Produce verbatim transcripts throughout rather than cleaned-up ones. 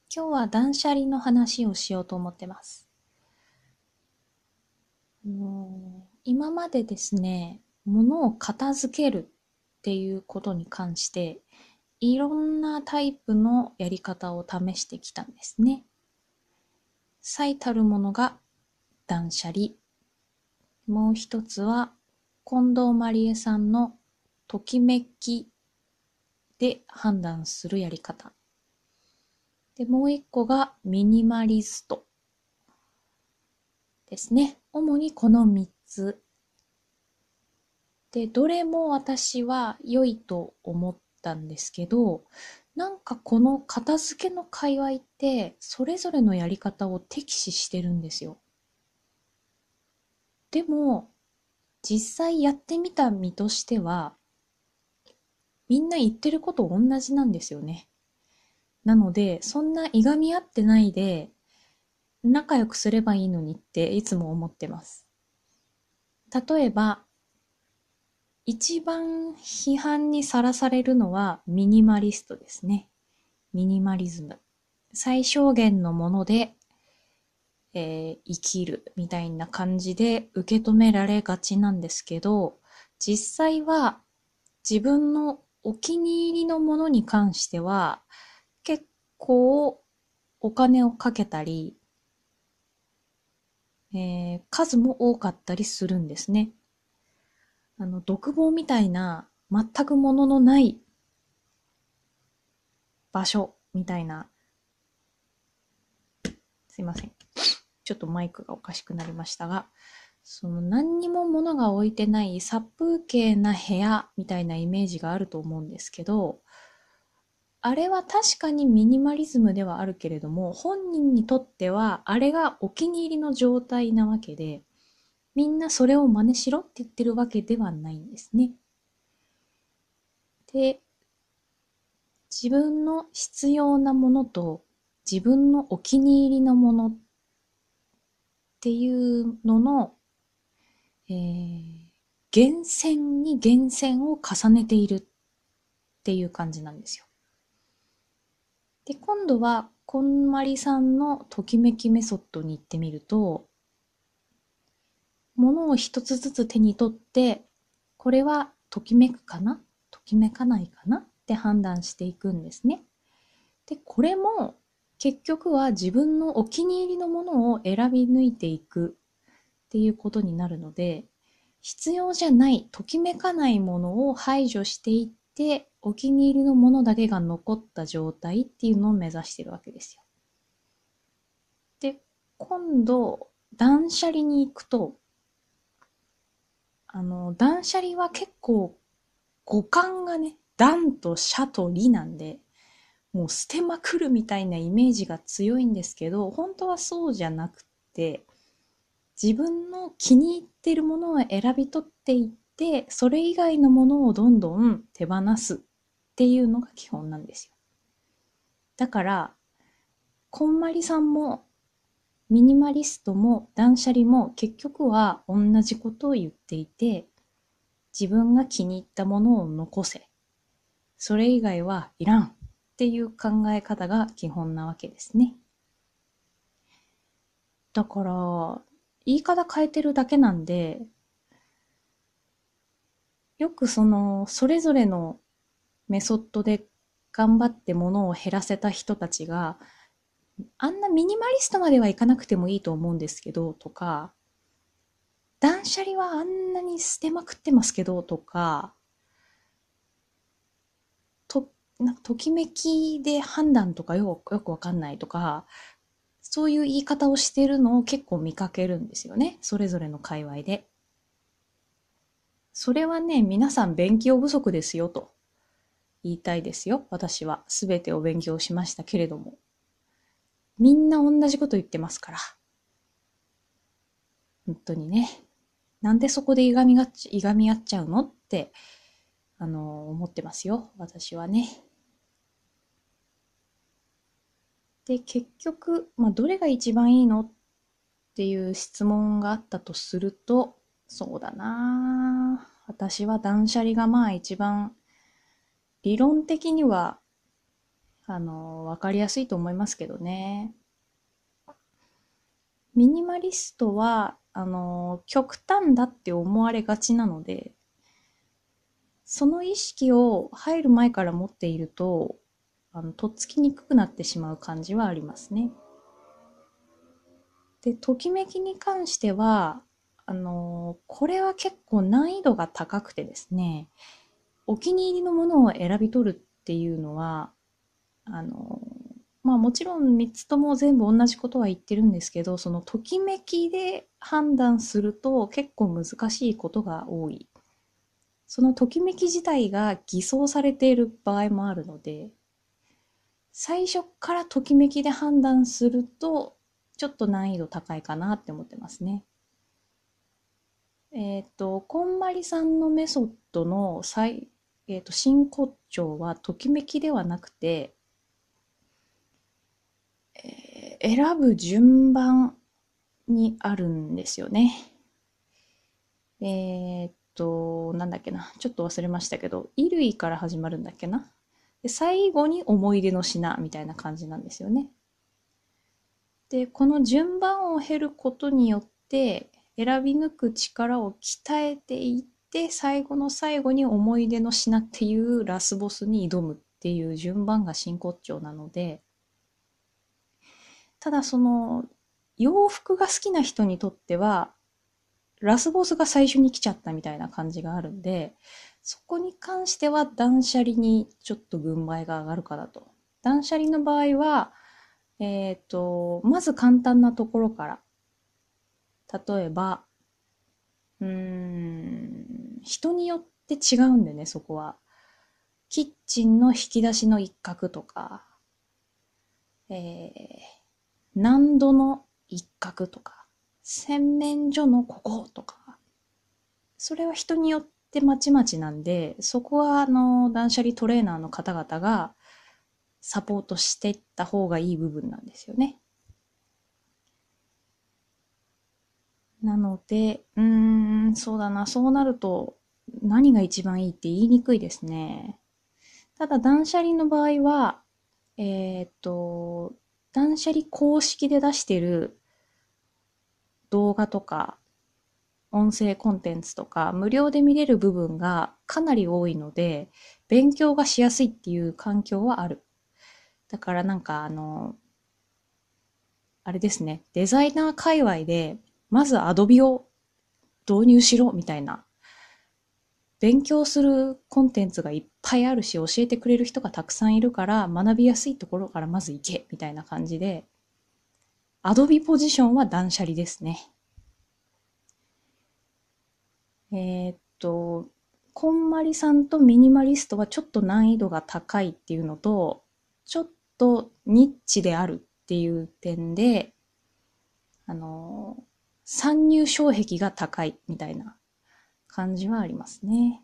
今日は断捨離の話をしようと思ってます。あのー今までですね、物を片付けるっていうことに関して、いろんなタイプのやり方を試してきたんですね。最たるものが断捨離。もう一つは、近藤まりえさんのときめきで判断するやり方。で、もう一個がミニマリストですね。主にこの三つで、どれも私は良いと思ったんですけど、なんかこの片付けの界隈って、それぞれのやり方を敵視してるんですよ。でも、実際やってみた身としては、みんな言ってること同じなんですよね。なので、そんないがみ合ってないで、仲良くすればいいのにっていつも思ってます。例えば、一番批判にさらされるのはミニマリストですね。ミニマリズム。最小限のもので、えー生きるみたいな感じで受け止められがちなんですけど、実際は自分のお気に入りのものに関しては結構お金をかけたり、えー数も多かったりするんですね。あの、独房みたいな全く物のない場所みたいな、すいません。ちょっとマイクがおかしくなりましたが、その何にも物が置いてない殺風景な部屋みたいなイメージがあると思うんですけど、あれは確かにミニマリズムではあるけれども、本人にとってはあれがお気に入りの状態なわけで、みんなそれを真似しろって言ってるわけではないんですね。で、自分の必要なものと自分のお気に入りのものっていうのの、えー厳選に厳選を重ねているっていう感じなんですよ。で、今度は、こんまりさんのときめきメソッドに行ってみると、物を一つずつ手に取って、これはときめくかなときめかないかなって判断していくんですね。で、これも結局は自分のお気に入りのものを選び抜いていくっていうことになるので、必要じゃない、ときめかないものを排除していって、お気に入りのものだけが残った状態っていうのを目指してるわけですよ。で、今度、断捨離に行くと、あの、断捨離は結構五感がね、断と捨と離なんで、もう捨てまくるみたいなイメージが強いんですけど、本当はそうじゃなくて、自分の気に入っているものを選び取っていって、それ以外のものをどんどん手放すっていうのが基本なんですよ。だから、こんまりさんもミニマリストも断捨離も結局は同じことを言っていて、自分が気に入ったものを残せ。それ以外はいらんっていう考え方が基本なわけですね。だから、言い方変えてるだけなんで、よくその、それぞれのメソッドで頑張って物を減らせた人たちが、あんなミニマリストまではいかなくてもいいと思うんですけど、とか、断捨離はあんなに捨てまくってますけど、とか、と、なんかときめきで判断とかよく、よくわかんないとか、そういう言い方をしてるのを結構見かけるんですよね。それぞれの界隈で。それはね、皆さん勉強不足ですよと言いたいですよ。私はすべてを勉強しましたけれども。みんな同じこと言ってますから。本当にね。なんでそこでいがみがっち、いがみ合っちゃうのって、あの、思ってますよ。私はね。で、結局、まあ、どれが一番いいのっていう質問があったとすると、そうだなぁ私は断捨離がまあ一番理論的にはあの、わかりやすいと思いますけどね。ミニマリストは、あの、極端だって思われがちなので、その意識を入る前から持っていると、あの、とっつきにくくなってしまう感じはありますね。で、ときめきに関しては、あの、これは結構難易度が高くてですね、お気に入りのものを選び取るっていうのは、あの、まあもちろんみっつとも全部同じことは言ってるんですけど、そのときめきで判断すると結構難しいことが多い。そのときめき自体が偽装されている場合もあるので、最初からときめきで判断すると、ちょっと難易度高いかなって思ってますね。えっ、と、こんまりさんのメソッドの最、えっ、と、真骨頂はときめきではなくて、えー選ぶ順番にあるんですよね。えーっと、なんだっけな。ちょっと忘れましたけど、衣類から始まるんだっけな。で、最後に思い出の品みたいな感じなんですよね。で、この順番を経ることによって、選び抜く力を鍛えていって、最後の最後に思い出の品っていうラスボスに挑むっていう順番が真骨頂なので、ただその、洋服が好きな人にとっては、ラスボスが最初に来ちゃったみたいな感じがあるんで、そこに関しては断捨離にちょっと軍配が上がるかなと。断捨離の場合は、えっと、まず簡単なところから。例えば、うーん、人によって違うんでね、そこは。キッチンの引き出しの一角とか、えー、難度の一角とか、洗面所のこことか、それは人によってまちまちなんで、そこはあの、断捨離トレーナーの方々がサポートしていった方がいい部分なんですよね。なので、うーん、そうだな、そうなると何が一番いいって言いにくいですね。ただ断捨離の場合は、えーっと、断捨離公式で出している動画とか音声コンテンツとか無料で見れる部分がかなり多いので、勉強がしやすいっていう環境はある。だからなんかあの、あれですね、デザイナー界隈で、まずアドビを導入しろみたいな、勉強するコンテンツがいっぱいあるし、教えてくれる人がたくさんいるから、学びやすいところからまず行けみたいな感じで、アドビポジションは断捨離ですね。えーっと、こんまりさんとミニマリストはちょっと難易度が高いっていうのと、ちょっとニッチであるっていう点で、あの、参入障壁が高いみたいな感じはありますね。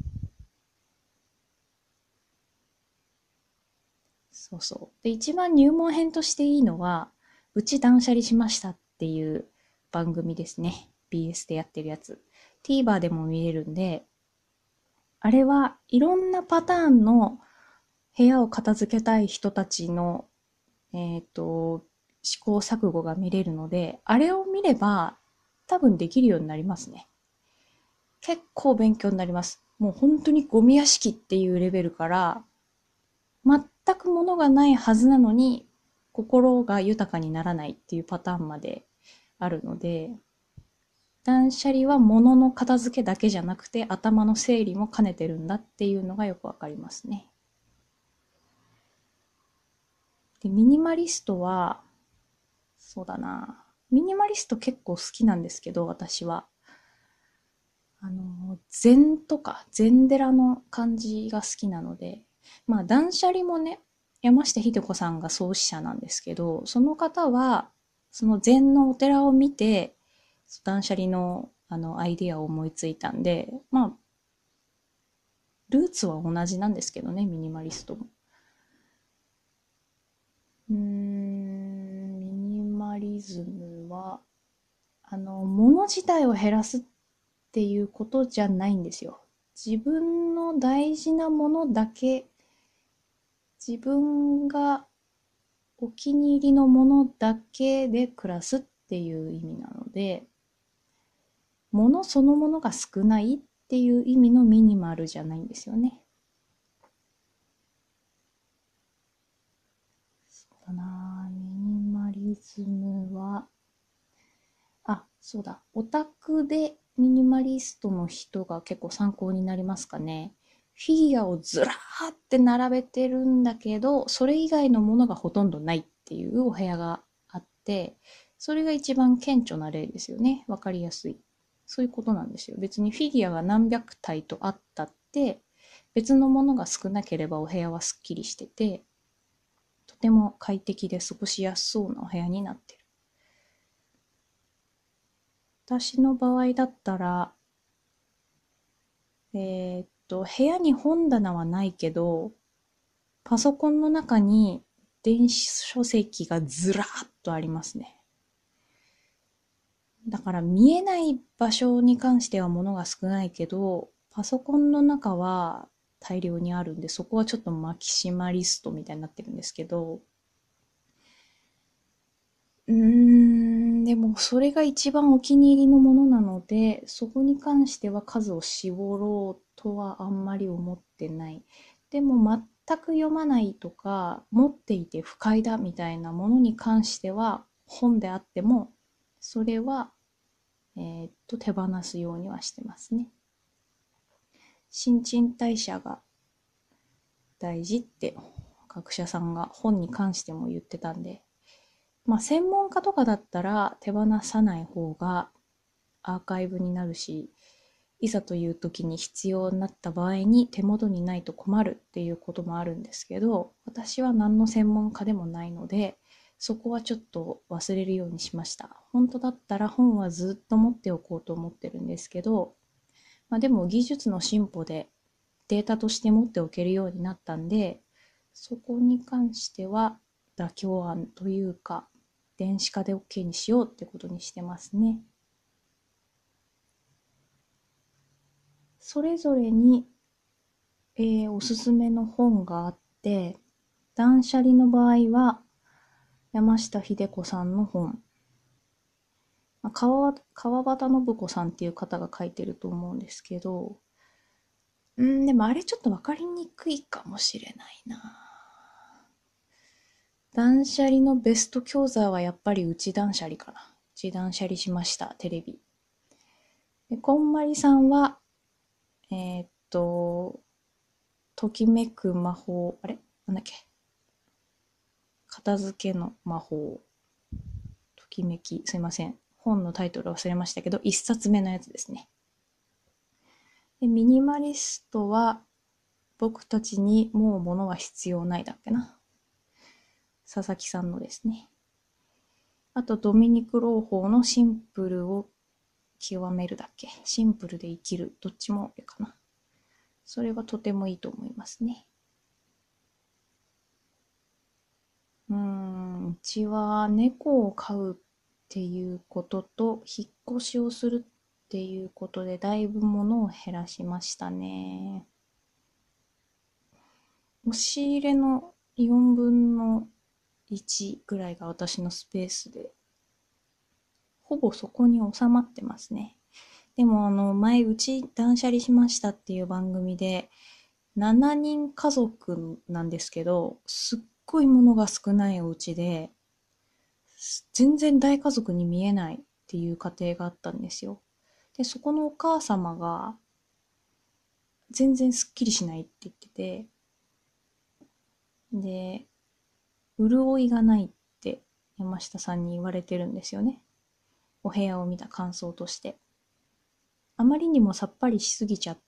そうそう。で、一番入門編としていいのは、うち断捨離しましたっていう番組ですね。ビーエス でやってるやつ。TVer でも見れるんで、あれはいろんなパターンの部屋を片付けたい人たちの、えっと、試行錯誤が見れるので、あれを見れば多分できるようになりますね。結構勉強になります。もう本当にゴミ屋敷っていうレベルから、全く物がないはずなのに、心が豊かにならないっていうパターンまであるので、断捨離は物の片付けだけじゃなくて、頭の整理も兼ねてるんだっていうのがよくわかりますね。で、ミニマリストは、そうだな。ミニマリスト結構好きなんですけど、私は。あの、禅とか、禅寺の感じが好きなので、まあ断捨離もね、山下秀子さんが創始者なんですけど、その方は、その禅のお寺を見て、断捨離のあのアイディアを思いついたんで、まあ、ルーツは同じなんですけどね、ミニマリストも。うーん、ミニマリズムは、あの、物自体を減らすっていうことじゃないんですよ。自分の大事なものだけ自分がお気に入りのものだけで暮らすっていう意味なので、ものそのものが少ないっていう意味のミニマルじゃないんですよね。そうだな、ミニマリズムは、あ、そうだ、オタクでミニマリストの人が結構参考になりますかね。フィギュアをずらーって並べてるんだけど、それ以外のものがほとんどないっていうお部屋があって、それが一番顕著な例ですよね。わかりやすい。そういうことなんですよ。別にフィギュアが何百体とあったって、別のものが少なければお部屋はすっきりしてて、とても快適で過ごしやすそうなお部屋になってる。私の場合だったら、えーっと、部屋に本棚はないけど、パソコンの中に電子書籍がずらーっとありますね。だから見えない場所に関しては物が少ないけど、パソコンの中は大量にあるんで、そこはちょっとマキシマリストみたいになってるんですけど、うーん、でもそれが一番お気に入りのものなので、そこに関しては数を絞ろうとはあんまり思ってない。でも全く読まないとか、持っていて不快だみたいなものに関しては、本であっても、それは、えーっと、手放すようにはしてますね。新陳代謝が大事って学者さんが本に関しても言ってたんで、まあ専門家とかだったら手放さない方がアーカイブになるし、いざという時に必要になった場合に手元にないと困るっていうこともあるんですけど、私は何の専門家でもないので、そこはちょっと忘れるようにしました。本当だったら本はずっと持っておこうと思ってるんですけど、まあ、でも技術の進歩でデータとして持っておけるようになったんで、そこに関しては妥協案というか、電子化で OK にしようってことにしてますね。それぞれに、えーおすすめの本があって、断捨離の場合は山下秀子さんの本、まあ川川端信子さんっていう方が書いてると思うんですけど、うん、でもあれちょっとわかりにくいかもしれないな。断捨離のベスト教材はやっぱり内断捨離かな。内断捨離しました、テレビ。で、こんまりさんは、えーっと、ときめく魔法、あれなんだっけ、片付けの魔法、ときめき、すいません。本のタイトル忘れましたけど、一冊目のやつですね。で、ミニマリストは、僕たちにもう物は必要ないだっけな。佐々木さんのですね。あと、ドミニク・ローホーのシンプルを極めるだっけ。シンプルで生きる。どっちもいいかな。それはとてもいいと思いますね。うーん、うちは猫を飼うっていうことと、引っ越しをするっていうことで、だいぶ物を減らしましたね。押し入れのよんぶんのいちぐらいが私のスペースで、ほぼそこに収まってますね。でもあの、前うち断捨離しましたっていう番組で、しちにん家族なんですけど、すっごい物が少ないお家で、全然大家族に見えないっていう家庭があったんですよ。で、そこのお母様が全然すっきりしないって言ってて、で、潤いがないって山下さんに言われてるんですよね。お部屋を見た感想として。あまりにもさっぱりしすぎちゃって、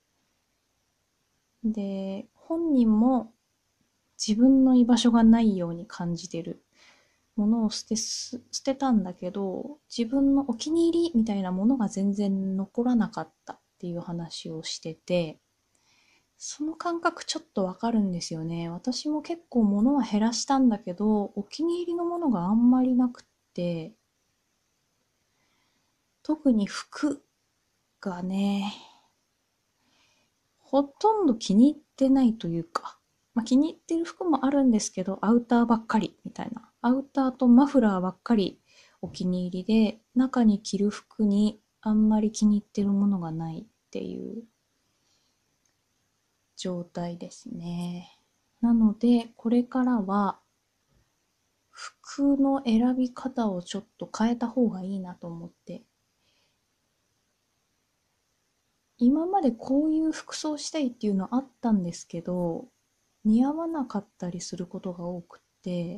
で、本人も自分の居場所がないように感じてる。ものを捨てす、捨てたんだけど、自分のお気に入りみたいなものが全然残らなかったっていう話をしてて、その感覚ちょっとわかるんですよね。私も結構物は減らしたんだけど、お気に入りのものがあんまりなくって、特に服がね、ほとんど気に入ってないというか、 まあ、気に入ってる服もあるんですけど、アウターばっかりみたいな。アウターとマフラーばっかりお気に入りで、中に着る服にあんまり気に入ってるものがないっていう状態ですね。なので、これからは服の選び方をちょっと変えた方がいいなと思って、今までこういう服装したいっていうのあったんですけど、似合わなかったりすることが多くって、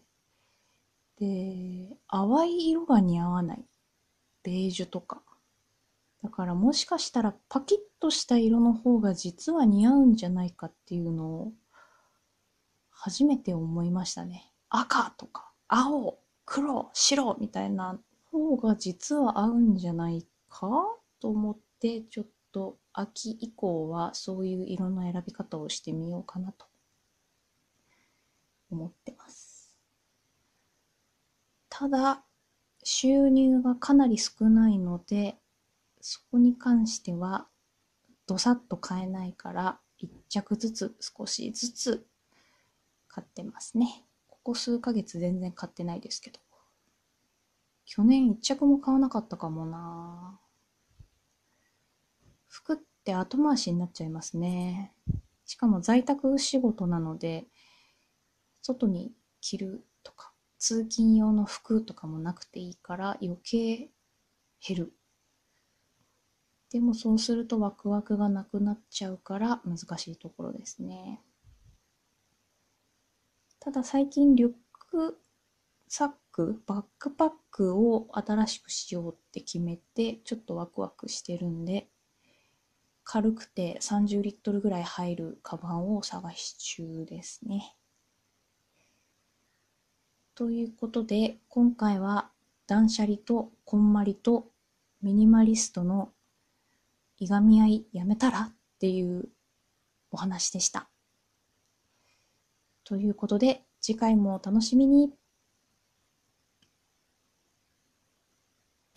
で、淡い色が似合わない。ベージュとか。だからもしかしたらパキッとした色の方が実は似合うんじゃないかっていうのを初めて思いましたね。赤とか青、黒、白みたいな方が実は合うんじゃないかと思って、ちょっと秋以降はそういう色の選び方をしてみようかなと思ってます。ただ、収入がかなり少ないので、そこに関してはどさっと買えないから一着ずつ少しずつ買ってますね。ここ数ヶ月全然買ってないですけど。去年一着も買わなかったかもな。服って後回しになっちゃいますね。しかも在宅仕事なので、外に着るとか、通勤用の服とかもなくていいから余計減る。でもそうするとワクワクがなくなっちゃうから難しいところですね。ただ最近リュックサック、バックパックを新しくしようって決めて、ちょっとワクワクしてるんで、軽くてさんじゅうリットルぐらい入るカバンを探し中ですね。ということで、今回は断捨離とこんまりとミニマリストのいがみ合いやめたらっていうお話でした。ということで、次回もお楽しみに。